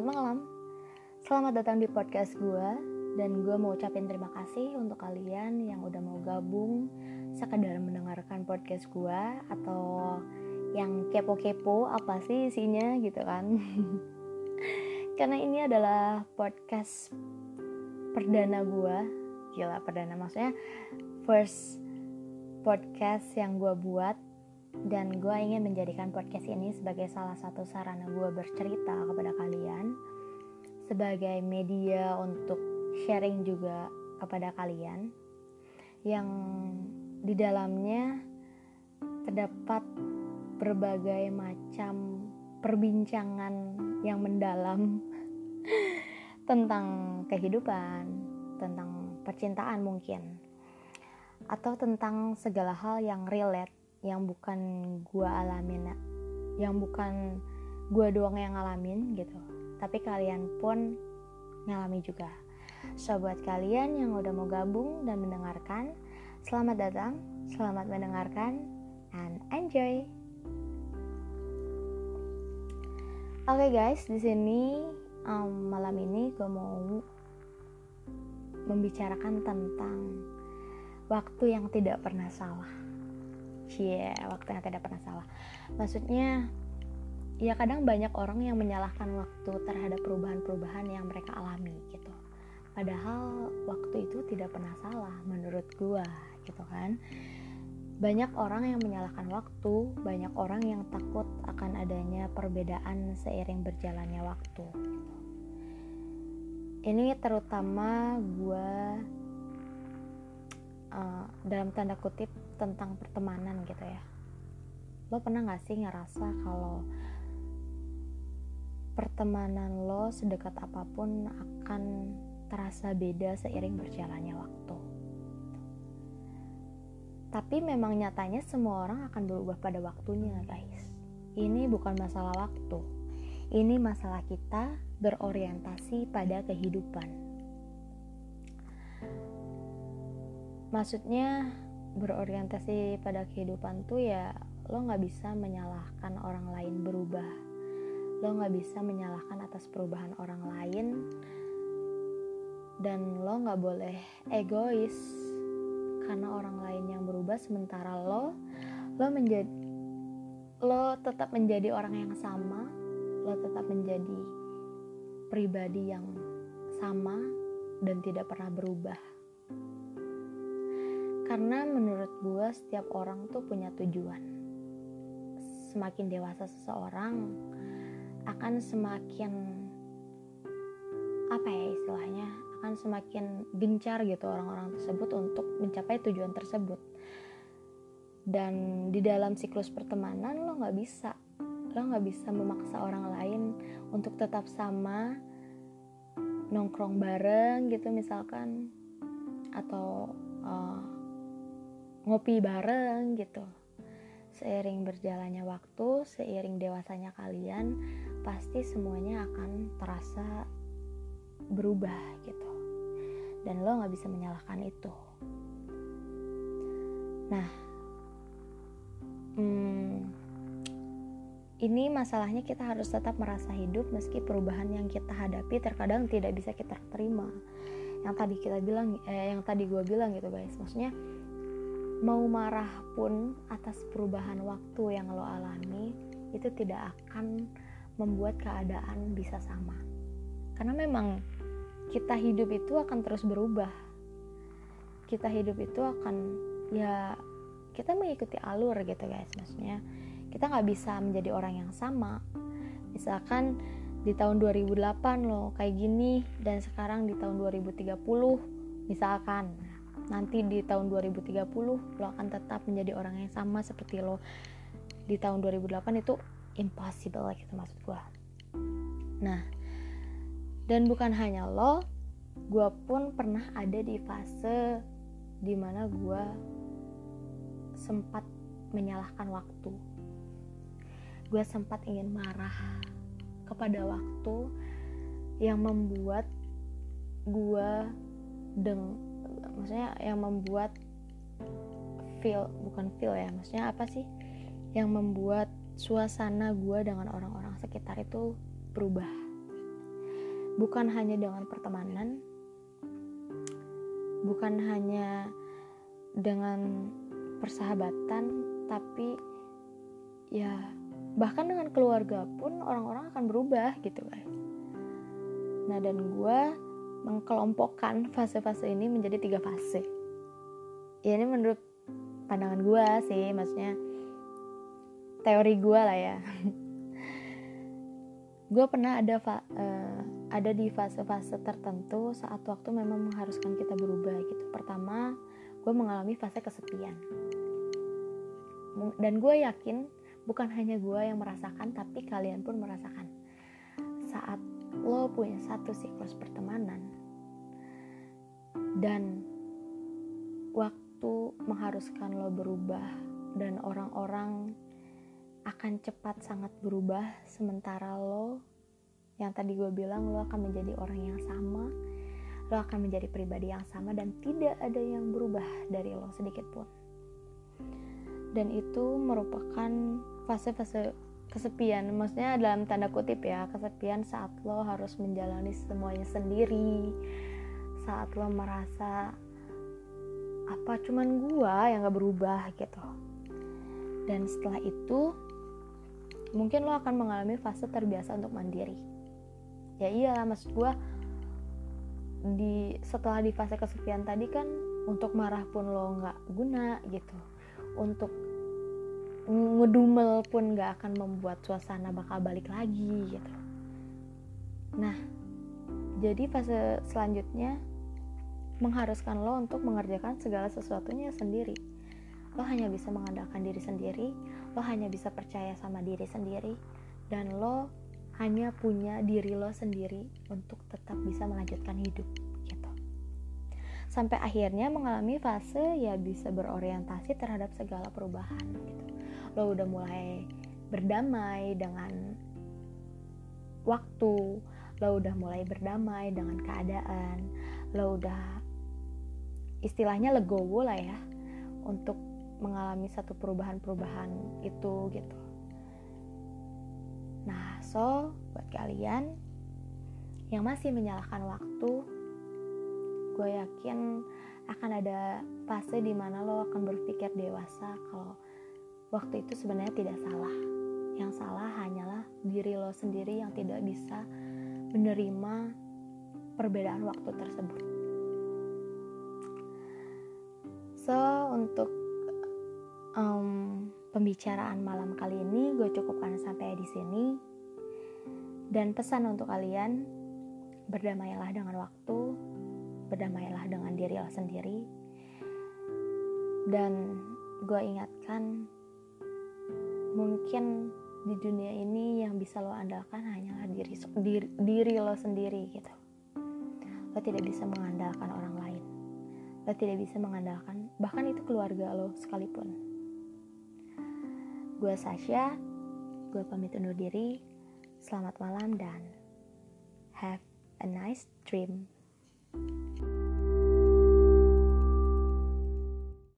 malam, selamat datang di podcast gue. Dan gue mau ucapin terima kasih untuk kalian yang udah mau gabung sekedar mendengarkan podcast gue, atau yang kepo-kepo apa sih isinya gitu kan. Karena ini adalah podcast perdana gue. Gila, perdana maksudnya first podcast yang gue buat. Dan gue ingin menjadikan podcast ini sebagai salah satu sarana gue bercerita kepada kalian, sebagai media untuk sharing juga kepada kalian, yang di dalamnya terdapat berbagai macam perbincangan yang mendalam tentang kehidupan, tentang percintaan mungkin, atau tentang segala hal yang relate, yang bukan gue alamin, yang bukan gue doang yang ngalamin gitu, tapi kalian pun ngalami juga. So buat kalian yang udah mau gabung dan mendengarkan, selamat datang, selamat mendengarkan, and enjoy. Oke guys, di sini malam ini gue mau membicarakan tentang waktu yang tidak pernah salah. Waktu yang tidak pernah salah. Maksudnya, ya kadang banyak orang yang menyalahkan waktu terhadap perubahan-perubahan yang mereka alami gitu. Padahal waktu itu tidak pernah salah menurut gua gitu kan. Banyak orang yang menyalahkan waktu, banyak orang yang takut akan adanya perbedaan seiring berjalannya waktu gitu. Ini terutama gua dalam tanda kutip tentang pertemanan gitu ya. Lo pernah gak sih ngerasa kalau pertemanan lo sedekat apapun akan terasa beda seiring berjalannya waktu? Tapi memang nyatanya semua orang akan berubah pada waktunya guys. Ini bukan masalah waktu, ini masalah kita berorientasi pada kehidupan. Maksudnya berorientasi pada kehidupan tuh ya, lo gak bisa menyalahkan orang lain berubah, lo gak bisa menyalahkan atas perubahan orang lain, dan lo gak boleh egois karena orang lain yang berubah sementara lo tetap menjadi orang yang sama, lo tetap menjadi pribadi yang sama dan tidak pernah berubah. Karena menurut gue setiap orang tuh punya tujuan. Semakin dewasa seseorang akan semakin istilahnya akan semakin gencar gitu orang-orang tersebut untuk mencapai tujuan tersebut. Dan di dalam siklus pertemanan lo nggak bisa memaksa orang lain untuk tetap sama, nongkrong bareng gitu misalkan, atau ngopi bareng gitu. Seiring berjalannya waktu, seiring dewasanya kalian, pasti semuanya akan terasa berubah gitu. Dan lo gak bisa menyalahkan itu. Nah, ini masalahnya kita harus tetap merasa hidup meski perubahan yang kita hadapi terkadang tidak bisa kita terima. Yang tadi gue bilang gitu guys, maksudnya mau marah pun atas perubahan waktu yang lo alami itu tidak akan membuat keadaan bisa sama. Karena memang kita hidup itu akan terus berubah. Kita hidup itu akan, ya kita mengikuti alur gitu guys. Maksudnya kita gak bisa menjadi orang yang sama. Misalkan di tahun 2008 lo kayak gini, dan sekarang di tahun 2030 misalkan, nanti di tahun 2030 lo akan tetap menjadi orang yang sama seperti lo di tahun 2008, itu impossible gitu maksud gue. Nah, dan bukan hanya lo, gue pun pernah ada di fase dimana gue sempat menyalahkan waktu. Gue sempat ingin marah kepada waktu yang membuat gue maksudnya yang membuat yang membuat suasana gue dengan orang-orang sekitar itu berubah. bukan hanya dengan pertemanan, bukan hanya dengan persahabatan, tapi ya bahkan dengan keluarga pun orang-orang akan berubah gitu guys. Nah, dan gue mengkelompokkan fase-fase ini menjadi 3 fase. Ya ini menurut pandangan gue sih, maksudnya teori gue lah ya. Gue pernah ada di fase-fase tertentu saat waktu memang mengharuskan kita berubah gitu. Pertama, gue mengalami fase kesepian. Dan gue yakin bukan hanya gue yang merasakan, tapi kalian pun merasakan. Saat lo punya satu siklus pertemanan dan waktu mengharuskan lo berubah dan orang-orang akan cepat sangat berubah, sementara lo yang tadi gue bilang lo akan menjadi orang yang sama, lo akan menjadi pribadi yang sama dan tidak ada yang berubah dari lo sedikit pun. Dan itu merupakan fase-fase kesepian, maksudnya dalam tanda kutip ya, kesepian saat lo harus menjalani semuanya sendiri, saat lo merasa apa cuman gua yang gak berubah gitu. Dan setelah itu mungkin lo akan mengalami fase terbiasa untuk mandiri. Ya iyalah, maksud gua setelah di fase kesepian tadi kan untuk marah pun lo gak guna gitu, untuk ngedumel pun gak akan membuat suasana bakal balik lagi gitu. Nah, jadi fase selanjutnya mengharuskan lo untuk mengerjakan segala sesuatunya sendiri. Lo hanya bisa mengandalkan diri sendiri, lo hanya bisa percaya sama diri sendiri, dan lo hanya punya diri lo sendiri untuk tetap bisa melanjutkan hidup gitu. Sampai akhirnya mengalami fase ya bisa berorientasi terhadap segala perubahan gitu. Lo udah mulai berdamai dengan waktu, lo udah mulai berdamai dengan keadaan, lo udah istilahnya legowo lah ya untuk mengalami satu perubahan-perubahan itu gitu. Nah, so buat kalian yang masih menyalahkan waktu, gue yakin akan ada fase dimana lo akan berpikir dewasa kalau waktu itu sebenarnya tidak salah. Yang salah hanyalah diri lo sendiri yang tidak bisa menerima perbedaan waktu tersebut. So, untuk pembicaraan malam kali ini gue cukupkan sampai di sini. Dan pesan untuk kalian, berdamailah dengan waktu, berdamailah dengan diri lo sendiri. Dan gue ingatkan, mungkin di dunia ini yang bisa lo andalkan hanyalah diri lo sendiri gitu. Lo tidak bisa mengandalkan orang lain, lo tidak bisa mengandalkan bahkan itu keluarga lo sekalipun. Gue Sasha, gue pamit undur diri. Selamat malam dan have a nice dream.